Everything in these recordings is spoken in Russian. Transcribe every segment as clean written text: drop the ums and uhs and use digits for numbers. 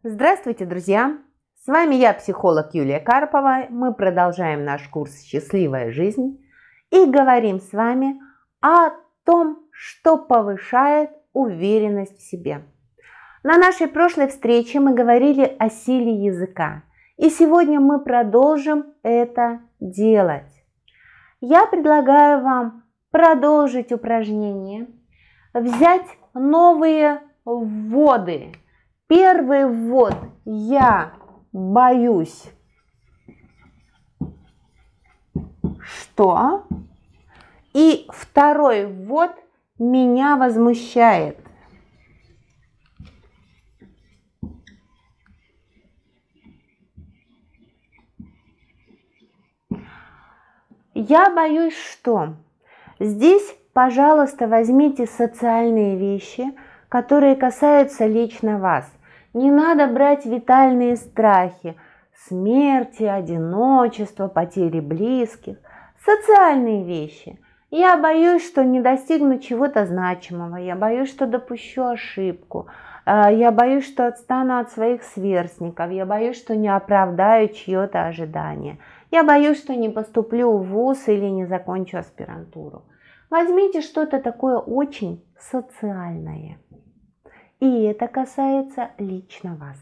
Здравствуйте, друзья! С вами я, психолог Юлия Карпова. Мы продолжаем наш курс «Счастливая жизнь» и говорим с вами о том, что повышает уверенность в себе. На нашей прошлой встрече мы говорили о силе языка, и сегодня мы продолжим это делать. Я предлагаю вам продолжить упражнение, взять новые вводы. Первый ввод – я боюсь, что? И второй ввод – меня возмущает. Я боюсь, что? Здесь, пожалуйста, возьмите социальные вещи, которые касаются лично вас. Не надо брать витальные страхи, смерти, одиночества, потери близких. Социальные вещи. Я боюсь, что не достигну чего-то значимого. Я боюсь, что допущу ошибку. Я боюсь, что отстану от своих сверстников. Я боюсь, что не оправдаю чье-то ожидание. Я боюсь, что не поступлю в вуз или не закончу аспирантуру. Возьмите что-то такое очень социальное. И это касается лично вас.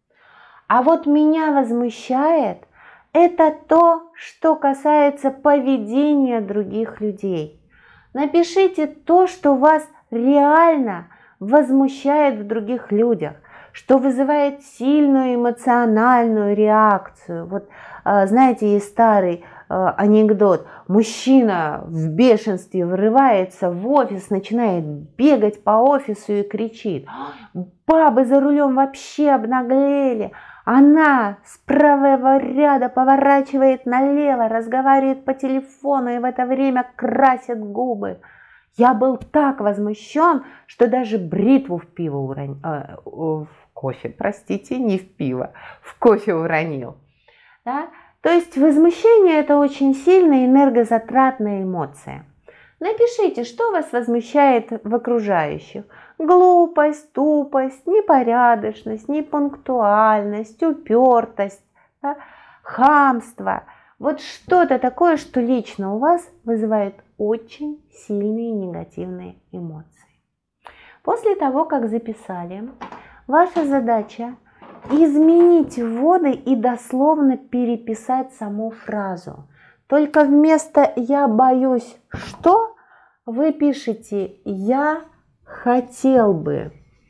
А вот меня возмущает это то, что касается поведения других людей. Напишите то, что вас реально возмущает в других людях, что вызывает сильную эмоциональную реакцию. Вот знаете, есть старый анекдот. Мужчина в бешенстве врывается в офис, начинает бегать по офису и кричит: бабы за рулем вообще обнаглели. Она с правого ряда поворачивает налево, разговаривает по телефону и в это время красит губы. Я был так возмущен, что даже бритву в пиво уронил. В кофе, простите, не в пиво, в кофе уронил. Да? То есть возмущение – это очень сильная энергозатратная эмоция. Напишите, что вас возмущает в окружающих. Глупость, тупость, непорядочность, непунктуальность, упертость, да, хамство. Вот что-то такое, что лично у вас вызывает очень сильные негативные эмоции. После того, как записали, ваша задача изменить вводы и дословно переписать саму фразу. Только вместо «я боюсь, что» вы пишете «я хотел бы».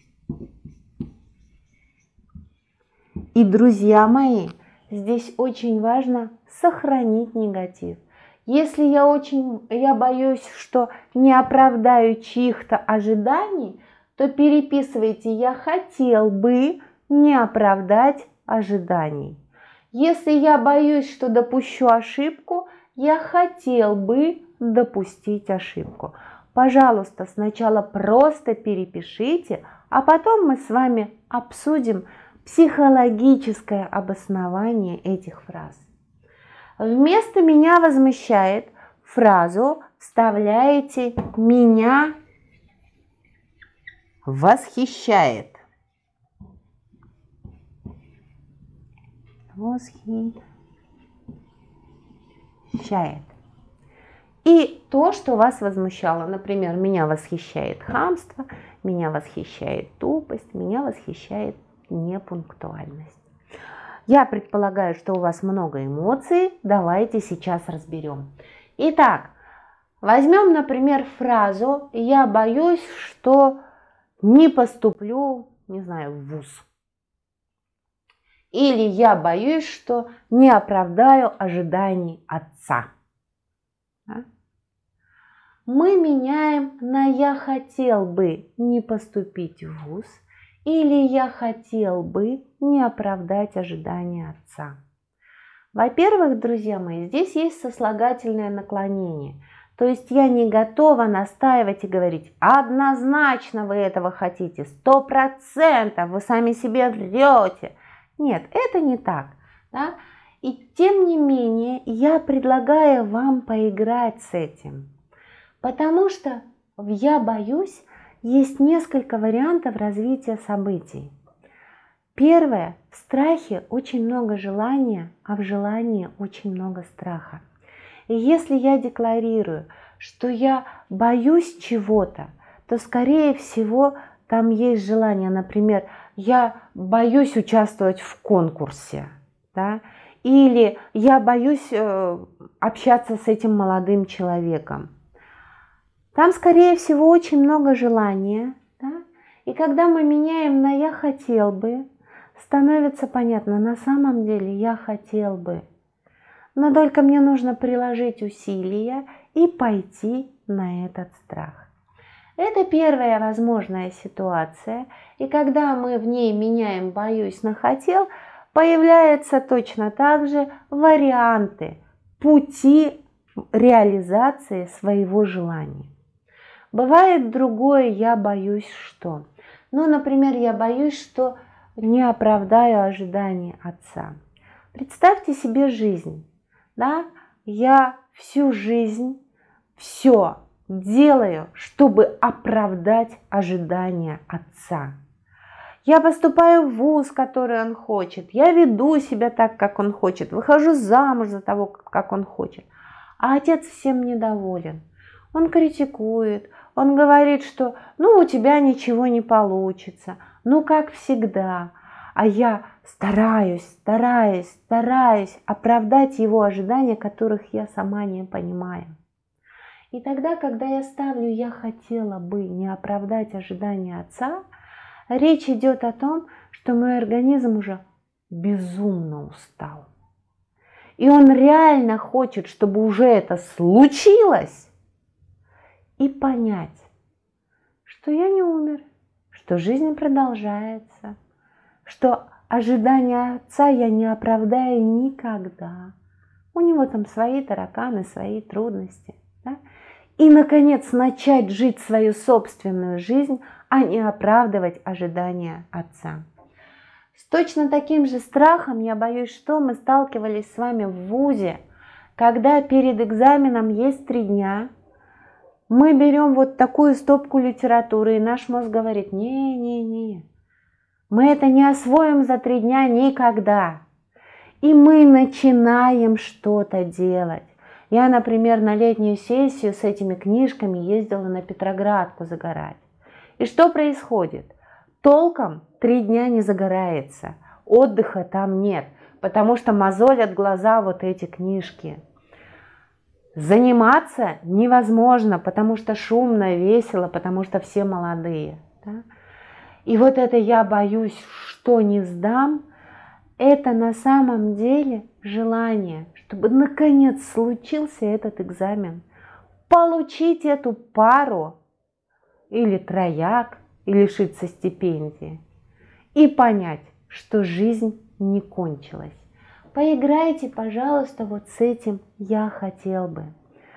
И, друзья мои, здесь очень важно сохранить негатив. Если я боюсь, что не оправдаю чьих-то ожиданий, то переписывайте «я хотел бы не оправдать ожиданий». Если я боюсь, что допущу ошибку, я хотел бы допустить ошибку. Пожалуйста, сначала просто перепишите, а потом мы с вами обсудим психологическое обоснование этих фраз. Вместо «меня возмущает» фразу вставляете «меня восхищает». Восхищает. И то, что вас возмущало. Например, меня восхищает хамство, меня восхищает тупость, меня восхищает непунктуальность. Я предполагаю, что у вас много эмоций. Давайте сейчас разберем. Итак, возьмем, например, фразу «я боюсь, что не поступлю, не знаю, в вуз». Или «я боюсь, что не оправдаю ожиданий отца». Да? Мы меняем на «я хотел бы не поступить в вуз» или «я хотел бы не оправдать ожидания отца». Во-первых, друзья мои, здесь есть сослагательное наклонение. То есть я не готова настаивать и говорить: однозначно вы этого хотите, 100%, вы сами себе врете. Нет, это не так. Да? И тем не менее я предлагаю вам поиграть с этим. Потому что в «я боюсь» есть несколько вариантов развития событий. Первое. В страхе очень много желания, а в желании очень много страха. И если я декларирую, что я боюсь чего-то, то, скорее всего, там есть желание. Например, я боюсь участвовать в конкурсе, да? Или я боюсь общаться с этим молодым человеком. Там, скорее всего, очень много желания. Да? И когда мы меняем на «я хотел бы», становится понятно, на самом деле я хотел бы. Но только мне нужно приложить усилия и пойти на этот страх. Это первая возможная ситуация. И когда мы в ней меняем «боюсь» на «хотел», появляются точно так же варианты, пути реализации своего желания. Бывает другое «я боюсь что». Ну, например, я боюсь, что не оправдаю ожидания отца. Представьте себе жизнь. Да? Я всю жизнь все делаю, чтобы оправдать ожидания отца. Я поступаю в вуз, который он хочет. Я веду себя так, как он хочет. Выхожу замуж за того, как он хочет. А отец всем недоволен. Он критикует. Он говорит, что у тебя ничего не получится. Как всегда. А я стараюсь оправдать его ожидания, которых я сама не понимаю. И тогда, когда я ставлю «я хотела бы не оправдать ожидания отца», речь идет о том, что мой организм уже безумно устал. И он реально хочет, чтобы уже это случилось, и понять, что я не умер, что жизнь продолжается, что ожидания отца я не оправдаю никогда. У него там свои тараканы, свои трудности. Да? И, наконец, начать жить свою собственную жизнь, а не оправдывать ожидания отца. С точно таким же страхом, я боюсь, что мы сталкивались с вами в вузе, когда перед экзаменом есть 3 дня, мы берем вот такую стопку литературы, и наш мозг говорит: не, мы это не освоим за 3 дня никогда. И мы начинаем что-то делать. Я, например, на летнюю сессию с этими книжками ездила на Петроградку загорать. И что происходит? Толком 3 дня не загорается, отдыха там нет, потому что мозолят глаза вот эти книжки. Заниматься невозможно, потому что шумно, весело, потому что все молодые. Да? И вот это «я боюсь, что не сдам», это на самом деле желание, чтобы наконец случился этот экзамен, получить эту пару или трояк, и лишиться стипендии, и понять, что жизнь не кончилась. Поиграйте, пожалуйста, вот с этим «я хотел бы».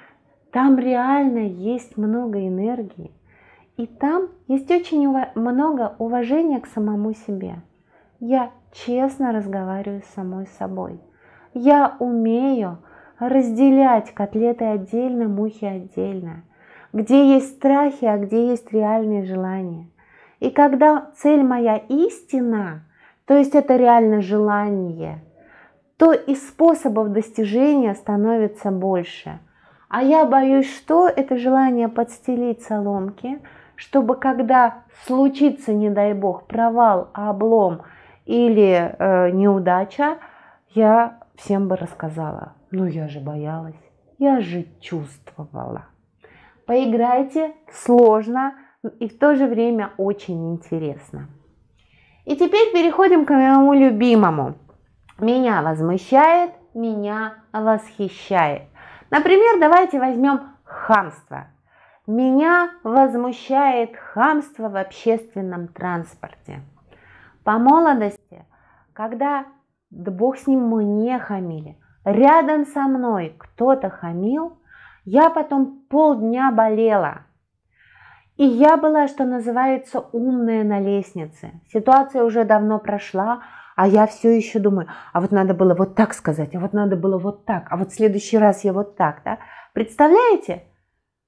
Там реально есть много энергии, и там есть очень много уважения к самому себе. Я честно разговариваю с самой собой. Я умею разделять котлеты отдельно, мухи отдельно. Где есть страхи, а где есть реальные желания. И когда цель моя истина, то есть это реально желание, то и способов достижения становится больше. А я боюсь, что это желание подстелить соломки, чтобы когда случится, не дай бог, провал, облом или неудача, я всем бы рассказала: я же боялась, я же чувствовала. Поиграйте, сложно и в то же время очень интересно. И теперь переходим к моему любимому. Меня возмущает, меня восхищает. Например, давайте возьмем хамство. Меня возмущает хамство в общественном транспорте. По молодости, когда, да бог с ним, мне хамили, рядом со мной кто-то хамил, я потом полдня болела. И я была, что называется, умная на лестнице. Ситуация уже давно прошла, а я все еще думаю: а вот надо было вот так сказать, а вот надо было вот так, а вот в следующий раз я вот так. Да? Представляете?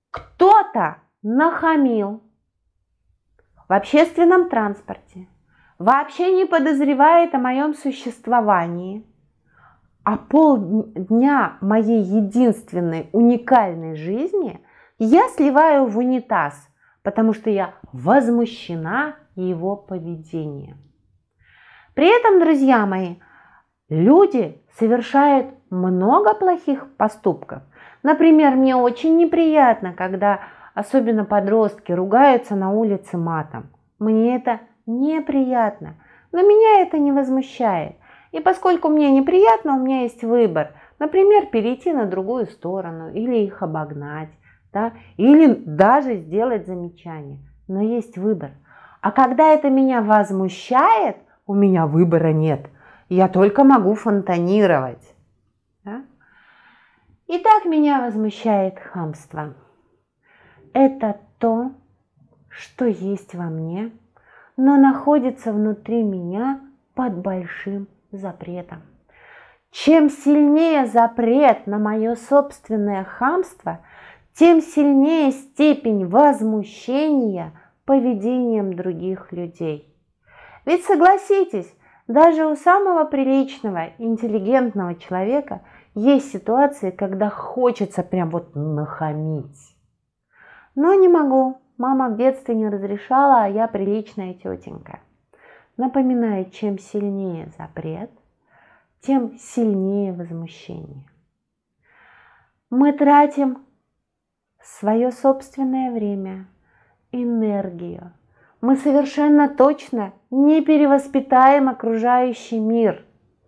Кто-то нахамил в общественном транспорте. вообще не подозревает о моем существовании, а полдня моей единственной уникальной жизни я сливаю в унитаз, потому что я возмущена его поведением. При этом, друзья мои, люди совершают много плохих поступков. Например, мне очень неприятно, когда особенно подростки ругаются на улице матом. Мне это неприятно, но меня это не возмущает. И поскольку мне неприятно, у меня есть выбор. Например, перейти на другую сторону или их обогнать, да, или даже сделать замечание. Но есть выбор. А когда это меня возмущает, у меня выбора нет. Я только могу фонтанировать. Да? Итак, меня возмущает хамство. Это то, что есть во мне, но находится внутри меня под большим запретом. Чем сильнее запрет на мое собственное хамство, тем сильнее степень возмущения поведением других людей. Ведь согласитесь, даже у самого приличного, интеллигентного человека есть ситуации, когда хочется прям вот нахамить. Но не могу. Мама в детстве не разрешала, а я приличная тетенька. Напоминаю, чем сильнее запрет, тем сильнее возмущение. Мы тратим свое собственное время, энергию. Мы совершенно точно не перевоспитаем окружающий мир.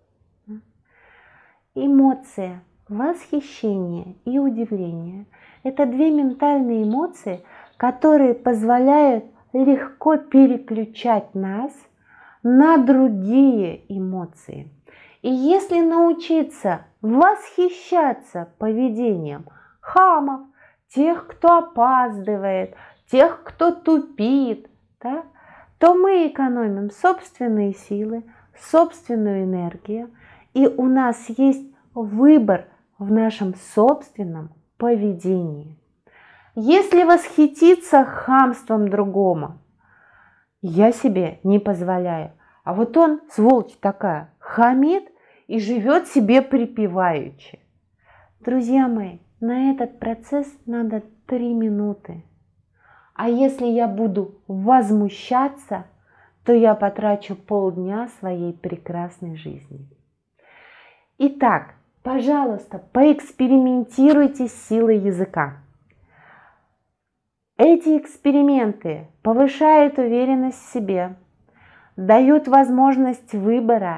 Эмоции, восхищение и удивление – это две ментальные эмоции, которые позволяют легко переключать нас на другие эмоции. И если научиться восхищаться поведением хамов, тех, кто опаздывает, тех, кто тупит, да, то мы экономим собственные силы, собственную энергию, и у нас есть выбор в нашем собственном поведении. Если восхититься хамством другому, я себе не позволяю. А вот он, сволочь такая, хамит и живет себе припеваючи. Друзья мои, на этот процесс надо 3 минуты. А если я буду возмущаться, то я потрачу полдня своей прекрасной жизни. Итак, пожалуйста, поэкспериментируйте с силой языка. Эти эксперименты повышают уверенность в себе, дают возможность выбора